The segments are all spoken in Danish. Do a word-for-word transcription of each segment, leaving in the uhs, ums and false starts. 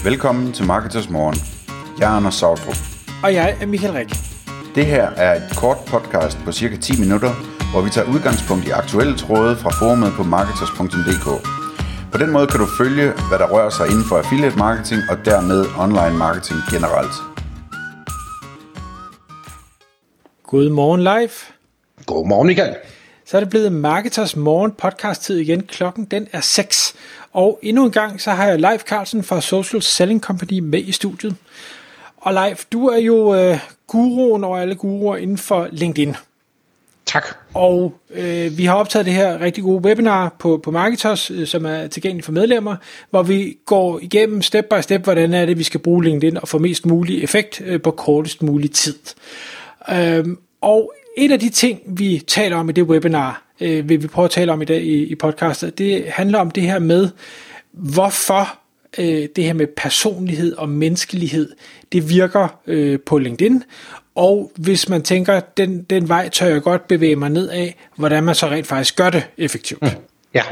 Velkommen til Marketers Morgen. Jeg er Anders Sautrup. Og jeg er Michael Rik. Det her er et kort podcast på cirka ti minutter, hvor vi tager udgangspunkt i aktuelle tråde fra forumet på marketers punktum d k. På den måde kan du følge, hvad der rører sig inden for affiliate marketing og dermed online marketing generelt. Godmorgen live. Godmorgen, Michael. Så er det blevet Marketers Morgen podcast-tid igen. Klokken den er seks. Og endnu en gang, så har jeg Leif Carlsen fra Social Selling Company med i studiet. Og Leif, du er jo øh, guruen over alle guruer inden for LinkedIn. Tak. Og øh, vi har optaget det her rigtig gode webinar på, på Marketers, øh, som er tilgængeligt for medlemmer, hvor vi går igennem step by step, hvordan er det, vi skal bruge LinkedIn og få mest mulig effekt øh, på kortest mulig tid. Øhm, og en af de ting, vi taler om i det webinar, øh, vil vi prøve at tale om i dag i, i podcastet, det handler om det her med, hvorfor øh, det her med personlighed og menneskelighed, det virker øh, på LinkedIn. Og hvis man tænker, den, den vej tør jeg godt bevæge mig ned af, hvordan man så rent faktisk gør det effektivt. Mm. Ja.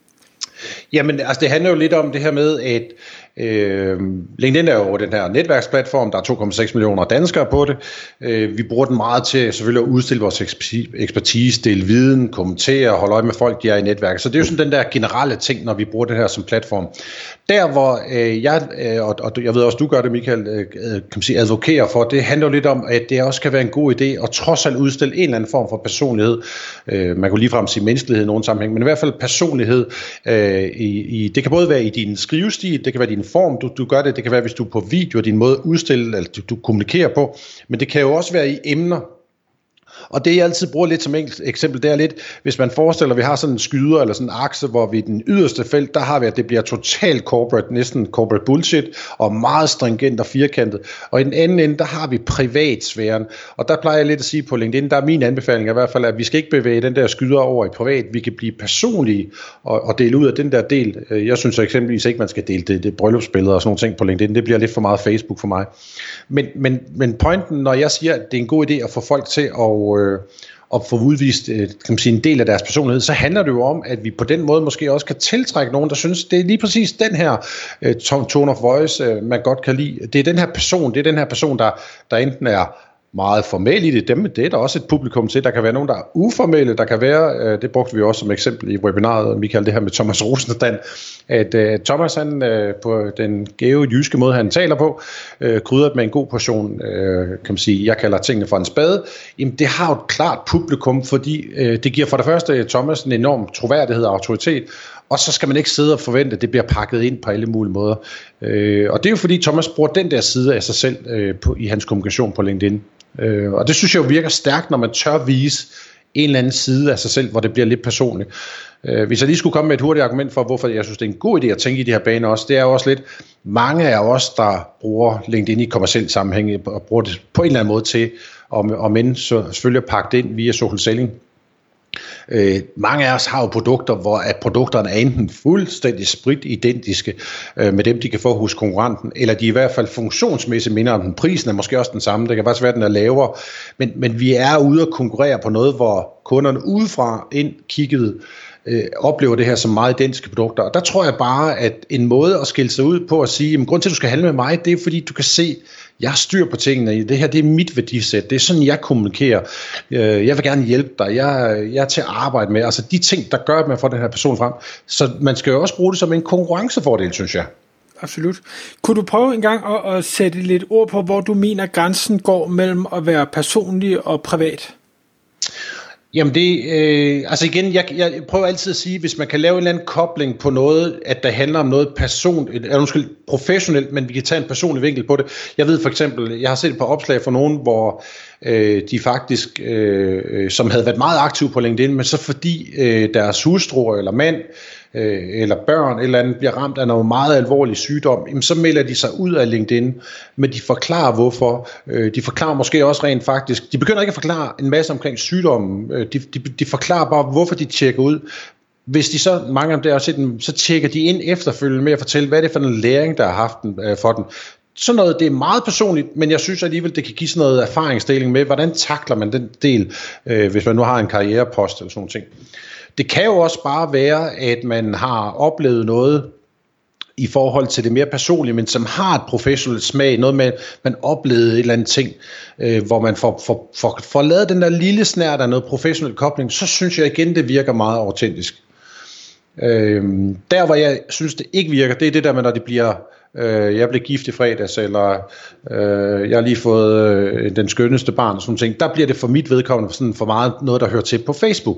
Jamen, altså det handler jo lidt om det her med, at øh, LinkedIn er jo den her netværksplatform, der er to komma seks millioner danskere på det. Øh, vi bruger den meget til selvfølgelig at udstille vores ekspertise, dele viden, kommentere, holde øje med folk, de er i netværket. Så det er jo sådan den der generelle ting, når vi bruger det her som platform. Der hvor øh, jeg, øh, og, og jeg ved også, du gør det, Michael, øh, kan man sige, advokerer for, det handler jo lidt om, at det også kan være en god idé at trods alt udstille en eller anden form for personlighed. Øh, man kunne ligefrem sige menneskelighed i nogen sammenhæng, men i hvert fald personlighed. Øh, i, i, det kan både være i din skrivestil, det kan være din form, du, du gør det, det kan være, hvis du er på video, din måde at udstille, eller du, du kommunikerer på, men det kan jo også være i emner. Og det jeg altid bruger lidt som enkelt eksempel, det er lidt, hvis man forestiller, at vi har sådan en skyder eller sådan en akse, hvor vi i den yderste felt, der har vi, at det bliver totalt corporate, næsten corporate bullshit, og meget stringent og firkantet. Og i den anden ende, der har vi privatsfæren. Og der plejer jeg lidt at sige på LinkedIn, der er min anbefaling i hvert fald, at vi skal ikke bevæge den der skyder over i privat. Vi kan blive personlige og, og dele ud af den der del. Jeg synes eksempelvis ikke, man skal dele det, det bryllupsbilleder og sådan nogle ting på LinkedIn. Det bliver lidt for meget Facebook for mig. Men, men, men pointen, når jeg siger, at det er en god idé at få folk til at og få udvist kan man sige, en del af deres personlighed, så handler det jo om, at vi på den måde måske også kan tiltrække nogen, der synes, det er lige præcis den her uh, tone of voice, uh, man godt kan lide. Det er den her person, det er den her person, der, der enten er meget formel i det, dem, det er der også et publikum til. Der kan være nogen, der er uformelle, der kan være, uh, det brugte vi også som eksempel i webinaret, Michael, det her med Thomas Rosenstand, at uh, Thomas, han uh, på den gæve jyske måde, han taler på, uh, krydret med en god portion, uh, kan man sige, jeg kalder tingene for en spade, jamen det har jo et klart publikum, fordi uh, det giver for det første Thomas en enorm troværdighed og autoritet, og så skal man ikke sidde og forvente, at det bliver pakket ind på alle mulige måder. Uh, og det er jo fordi Thomas bruger den der side af sig selv uh, på, i hans kommunikation på LinkedIn. Uh, og det synes jeg jo virker stærkt, når man tør vise en eller anden side af sig selv, hvor det bliver lidt personligt. Uh, hvis jeg lige skulle komme med et hurtigt argument for, hvorfor jeg synes, det er en god idé at tænke i de her baner også, det er jo også lidt, mange af os, der bruger LinkedIn i kommerciel sammenhæng, og bruger det på en eller anden måde til, om, om end så selvfølgelig at pakke det ind via social selling. Øh, mange af os har jo produkter, hvor at produkterne er enten fuldstændig spritidentiske øh, med dem, de kan få hos konkurrenten, eller de er i hvert fald funktionsmæssigt minder om den. Prisen er måske også den samme, det kan faktisk være, den er lavere, men, men vi er ude at konkurrere på noget, hvor kunderne udefra ind kigget øh, oplever det her som meget identiske produkter, og der tror jeg bare, at en måde at skille sig ud på at sige, jamen, grund til, at du skal handle med mig, det er fordi, du kan se, jeg styr på tingene, det her det er mit værdisæt, det er sådan jeg kommunikerer, jeg vil gerne hjælpe dig, jeg, jeg er til at arbejde med, altså de ting der gør, at man får den her person frem, så man skal jo også bruge det som en konkurrencefordel, synes jeg. Absolut. Kunne du prøve en gang at, at sætte lidt ord på, hvor du mener grænsen går mellem at være personlig og privat? Jamen det, øh, altså igen, jeg, jeg prøver altid at sige, hvis man kan lave en eller anden kobling på noget, at der handler om noget person, eller undskyld, professionelt, men vi kan tage en personlig vinkel på det. Jeg ved for eksempel, jeg har set et par opslag fra nogen, hvor øh, de faktisk, øh, som havde været meget aktive på LinkedIn, men så fordi øh, deres hustru eller mand, øh, eller børn eller andet bliver ramt af noget meget alvorlig sygdom, jamen, så melder de sig ud af LinkedIn, men de forklarer hvorfor. Øh, de forklarer måske også rent faktisk, de begynder ikke at forklare en masse omkring sygdommen, øh, de, de, de forklarer bare hvorfor de tjekker ud. Hvis de så, mange af dem der også dem, så tjekker de ind efterfølgende med at fortælle, hvad det er for en læring, der har haft den, øh, for den. Sådan noget, det er meget personligt, men jeg synes alligevel, det kan give sådan noget erfaringsdeling med, hvordan takler man den del, øh, hvis man nu har en karrierepost eller sådan noget ting. Det kan jo også bare være, at man har oplevet noget, i forhold til det mere personlige, men som har et professionelt smag, noget med, man oplevede et eller andet ting, øh, hvor man får, får, får, får lavet den der lille snært af noget professionel kobling, så synes jeg igen, det virker meget autentisk. Øh, der, hvor jeg synes, det ikke virker, det er det der med, når det bliver, øh, jeg blev gift i fredags, eller øh, jeg har lige fået øh, den skønneste barn, og sådan ting. Der bliver det for mit vedkommende sådan for meget noget, der hører til på Facebook.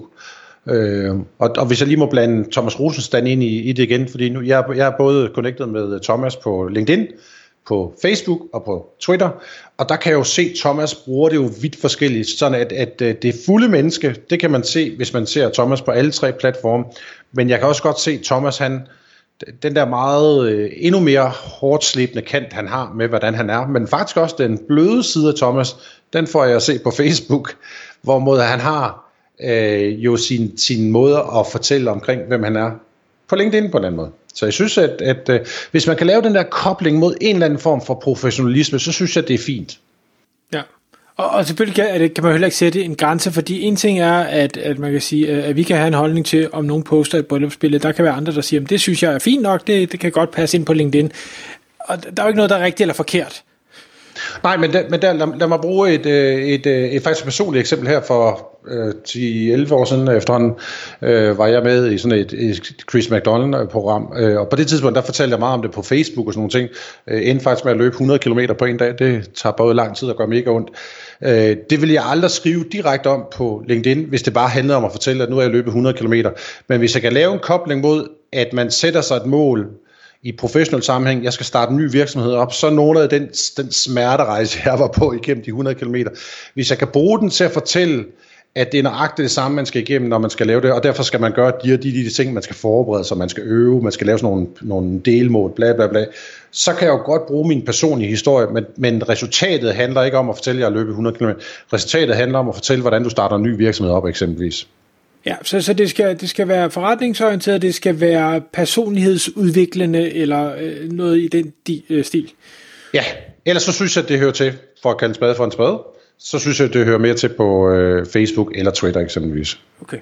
Øh, og, og hvis jeg lige må blande Thomas Rosenstand ind i, i det igen, fordi nu jeg, jeg er både connected med Thomas på LinkedIn, på Facebook og på Twitter, og der kan jeg jo se, at Thomas bruger det jo vidt forskelligt, sådan at, at, at det fulde menneske, det kan man se, hvis man ser Thomas på alle tre platforme, men jeg kan også godt se, at Thomas, han, den der meget øh, endnu mere hårdt slibende kant, han har med, hvordan han er, men faktisk også den bløde side af Thomas, den får jeg at se på Facebook, hvorimod han har Øh, jo sin, sin måde at fortælle omkring, hvem han er på LinkedIn på den måde. Så jeg synes, at, at øh, hvis man kan lave den der kobling mod en eller anden form for professionalisme, så synes jeg, det er fint. Ja, og, og selvfølgelig kan, at det, kan man heller ikke sætte en grænse, fordi en ting er, at, at man kan sige, at vi kan have en holdning til, om nogen poster et bryllupsbillede. Der kan være andre, der siger, at det synes jeg er fint nok, det, det kan godt passe ind på LinkedIn. Og der er jo ikke noget, der er rigtigt eller forkert. Nej, men, der, men der, lad, lad mig bruge et, et, et, et faktisk personligt eksempel her. For øh, ti til elleve år siden efterhånden øh, var jeg med i sådan et, et Chris McDonald-program, øh, og på det tidspunkt der fortalte jeg meget om det på Facebook og sådan nogle ting. Øh, endte faktisk med at løbe hundrede kilometer på en dag. Det tager både lang tid og gør mega ondt. Øh, det vil jeg aldrig skrive direkte om på LinkedIn, hvis det bare handlede om at fortælle, at nu er jeg løbet hundrede kilometer. Men hvis jeg kan lave en kobling mod, at man sætter sig et mål i professionel sammenhæng, jeg skal starte en ny virksomhed op, så nogle af den, den smerterejse, jeg var på igennem de hundrede kilometer, hvis jeg kan bruge den til at fortælle, at det er nøjagtigt det samme, man skal igennem, når man skal lave det, og derfor skal man gøre de, de, de ting, man skal forberede sig, man skal øve, man skal lave sådan nogle, nogle delmål, bla bla bla, så kan jeg jo godt bruge min personlige historie, men, men resultatet handler ikke om at fortælle, at jeg har løbet hundrede kilometer. Resultatet handler om at fortælle, hvordan du starter en ny virksomhed op, eksempelvis. Ja, så, så det, skal, det skal være forretningsorienteret, det skal være personlighedsudviklende, eller øh, noget i den di, øh, stil. Ja, ellers så synes jeg, at det hører til, for at kalde en spade for en spade, så synes jeg, at det hører mere til på øh, Facebook eller Twitter eksempelvis. Okay.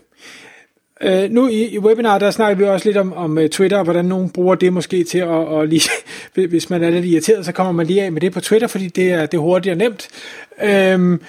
Øh, nu i, i webinar, der snakker vi også lidt om, om uh, Twitter, og hvordan nogen bruger det måske til at og lige, hvis man er lidt irriteret, så kommer man lige af med det på Twitter, fordi det er, det er hurtigt og nemt. Øh,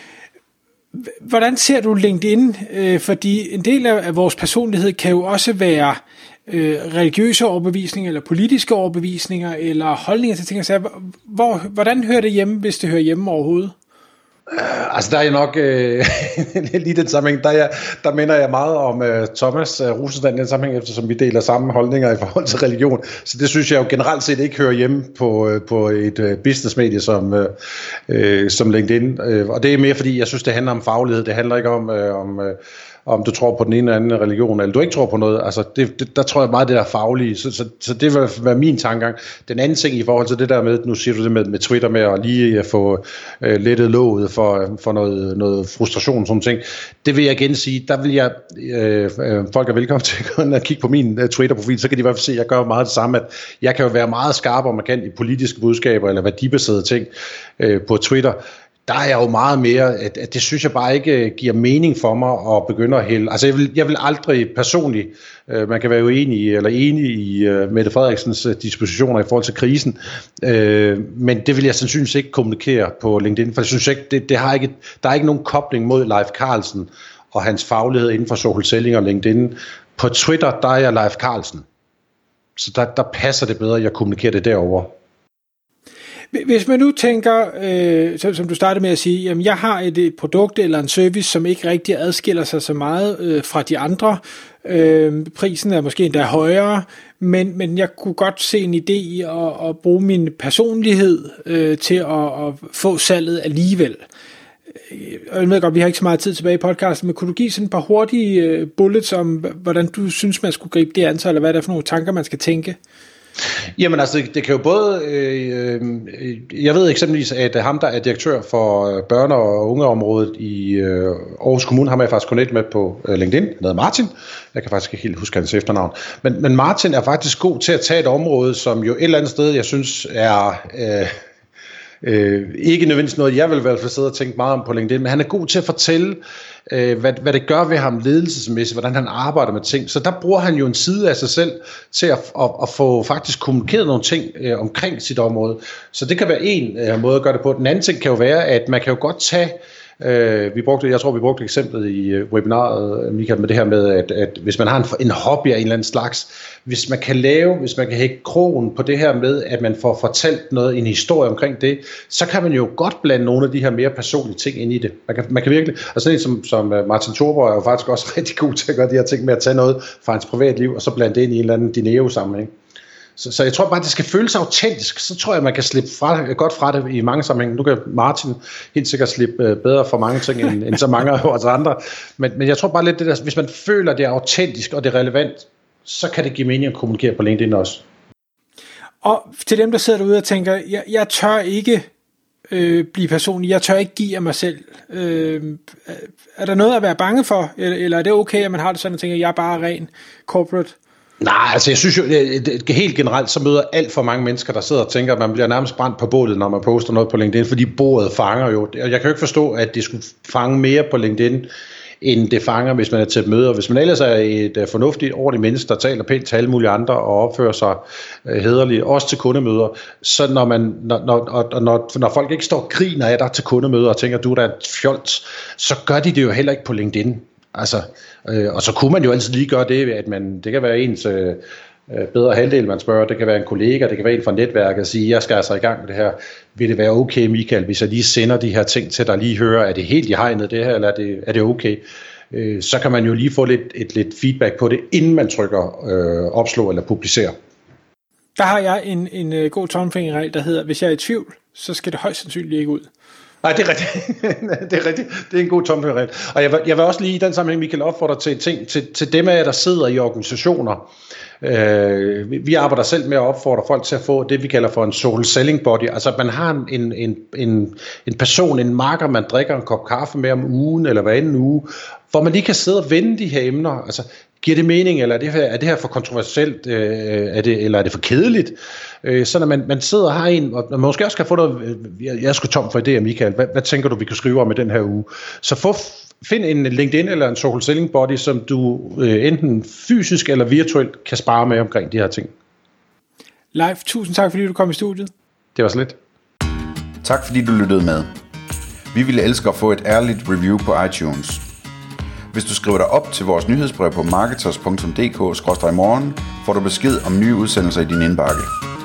Hvordan ser du LinkedIn? Øh, fordi en del af, af vores personlighed kan jo også være øh, religiøse overbevisninger, eller politiske overbevisninger, eller holdninger til ting. Så hvor, hvordan hører det hjemme, hvis det hører hjemme overhovedet? Uh, altså der er jeg nok uh, lige den sammenhæng, der, jeg, der minder jeg meget om uh, Thomas uh, Rosenstand i den sammenhæng, eftersom vi deler samme holdninger i forhold til religion. Så det synes jeg jo generelt set ikke hører hjemme på, uh, på et uh, businessmedie som, uh, uh, som LinkedIn. Uh, og det er mere fordi, jeg synes, det handler om faglighed. Det handler ikke om, uh, om, uh, om du tror på den ene eller anden religion, eller du ikke tror på noget. Altså det, det, der tror jeg meget det der faglige. Så, så, så det vil være min tankegang. Den anden ting i forhold til det der med, nu siger du det med, med Twitter med at lige få uh, lettet låget for, for noget, noget frustration og sådan ting. Det vil jeg igen sige, der vil jeg, øh, folk er velkommen til at kigge på min uh, Twitter-profil, så kan de i hvert fald se, at jeg gør meget det samme, at jeg kan jo være meget skarp og markant i politiske budskaber eller værdibaserede ting øh, på Twitter. Der er jeg jo meget mere, at, at det synes jeg bare ikke giver mening for mig at begynde at hælde. Altså jeg vil, jeg vil aldrig personligt, øh, man kan være uenig eller enig i øh, Mette Frederiksens øh, dispositioner i forhold til krisen, øh, men det vil jeg sandsynligvis ikke kommunikere på LinkedIn, for jeg synes ikke, det, det har ikke, der er ikke nogen kobling mod Leif Carlsen og hans faglighed inden for social selling og LinkedIn. På Twitter, der er jeg Leif Carlsen, så der, der passer det bedre, at jeg kommunikerer det derovre. Hvis man nu tænker, øh, som, som du startede med at sige, jamen jeg har et, et produkt eller en service, som ikke rigtig adskiller sig så meget øh, fra de andre. Øh, prisen er måske endda højere, men, men jeg kunne godt se en idé i at, at bruge min personlighed øh, til at, at få salget alligevel. Og jeg ved godt, vi har ikke så meget tid tilbage i podcasten, men kunne du give sådan et par hurtige øh, bullets om, hvordan du synes, man skulle gribe det an, eller hvad er der for nogle tanker, man skal tænke? Jamen altså, det, det kan jo både, øh, jeg ved eksempelvis, at ham, der er direktør for børne- og ungeområdet i øh, Aarhus Kommune, ham er jeg faktisk connectet med på øh, LinkedIn, han hedder Martin, jeg kan faktisk ikke helt huske hans efternavn, men, men Martin er faktisk god til at tage et område, som jo et eller andet sted, jeg synes er, øh, øh, ikke nødvendigvis noget, jeg vil i hvert fald sidde og tænke meget om på LinkedIn, men han er god til at fortælle, øh, hvad, hvad det gør ved ham ledelsesmæssigt, hvordan han arbejder med ting. Så der bruger han jo en side af sig selv til at, at, at få faktisk kommunikeret nogle ting øh, omkring sit område. Så det kan være en øh, måde at gøre det på. Den anden ting kan jo være, at man kan jo godt tage Uh, vi brugte, jeg tror vi brugte eksemplet i uh, webinaret, Michael, med det her med, at, at hvis man har en, en hobby af en eller anden slags, hvis man kan lave, hvis man kan hække krogen på det her med, at man får fortalt noget, en historie omkring det, så kan man jo godt blande nogle af de her mere personlige ting ind i det. Man kan, man kan virkelig, og sådan en som, som Martin Thorborg er jo faktisk også rigtig god til at gøre de her ting med at tage noget fra hans privatliv, og så blande det ind i en eller anden Dineo-sammenhæng. Så, så jeg tror bare, det skal føles autentisk. Så tror jeg, man kan slippe fra, godt fra det i mange sammenhænge. Nu kan Martin helt sikkert slippe bedre for mange ting, end, end så mange af os andre. Men, men jeg tror bare lidt, det der, hvis man føler, det er autentisk og det er relevant, så kan det give mening at kommunikere på LinkedIn også. Og til dem, der sidder derude og tænker, jeg, jeg tør ikke øh, blive personlig, jeg tør ikke give af mig selv. Øh, er der noget at være bange for? Eller, eller er det okay, at man har det sådan og tænker, jeg er bare ren corporate? Nej, altså jeg synes jo, det, helt generelt, så møder alt for mange mennesker, der sidder og tænker, at man bliver nærmest brændt på bålet, når man poster noget på LinkedIn, fordi bordet fanger jo. Jeg kan jo ikke forstå, at det skulle fange mere på LinkedIn, end det fanger, hvis man er til et møde. Og hvis man ellers er et fornuftigt, ordentligt menneske, der taler pænt til alle mulige andre og opfører sig hæderligt, også til kundemøder, så når, man, når, når, når, når folk ikke står og griner af dig til kundemøder og tænker, du er da et fjols, så gør de det jo heller ikke på LinkedIn. Altså, øh, og så kunne man jo altid lige gøre det, at man, det kan være ens øh, bedre halvdel, man spørger, det kan være en kollega, det kan være en fra netværket, og sige, jeg skal altså i gang med det her, vil det være okay, Michael, hvis jeg lige sender de her ting til dig, lige hører, er det helt i hegnet det her, eller er det, er det okay? Øh, så kan man jo lige få lidt, et, lidt feedback på det, inden man trykker øh, opslå eller publicere. Der har jeg en, en uh, god tommelfingerregel, der hedder, hvis jeg er i tvivl, så skal det højst sandsynligt ikke ud. Nej, det er rigtigt. det er rigtigt. Det er en god tommelfingerregel. Og jeg vil, jeg vil også lige i den sammenhæng, Michael, opfordre til ting til, til dem af jer, der sidder i organisationer. Øh, vi arbejder selv med at opfordre folk til at få det, vi kalder for en social selling body. Altså, at man har en, en, en, en person, en marker, man drikker en kop kaffe med om ugen, eller hver anden uge, hvor man lige kan sidde og vende de her emner. Altså, giver det mening, eller er det her, er det her for kontroversielt, øh, er det, eller er det for kedeligt? Øh, så når man, man sidder og har en, og man måske også kan få noget, jeg, jeg er sgu tom for idéer, Michael, hvad, hvad tænker du, vi kan skrive om i den her uge? Så få, find en LinkedIn eller en social selling body, som du øh, enten fysisk eller virtuelt kan spare med omkring de her ting. Leif, tusind tak, fordi du kom i studiet. Det var så lidt. Tak fordi du lyttede med. Vi ville elske at få et ærligt review på iTunes. Hvis du skriver dig op til vores nyhedsbrev på marketers punktum d k skråstreg morgen, får du besked om nye udsendelser i din indbakke.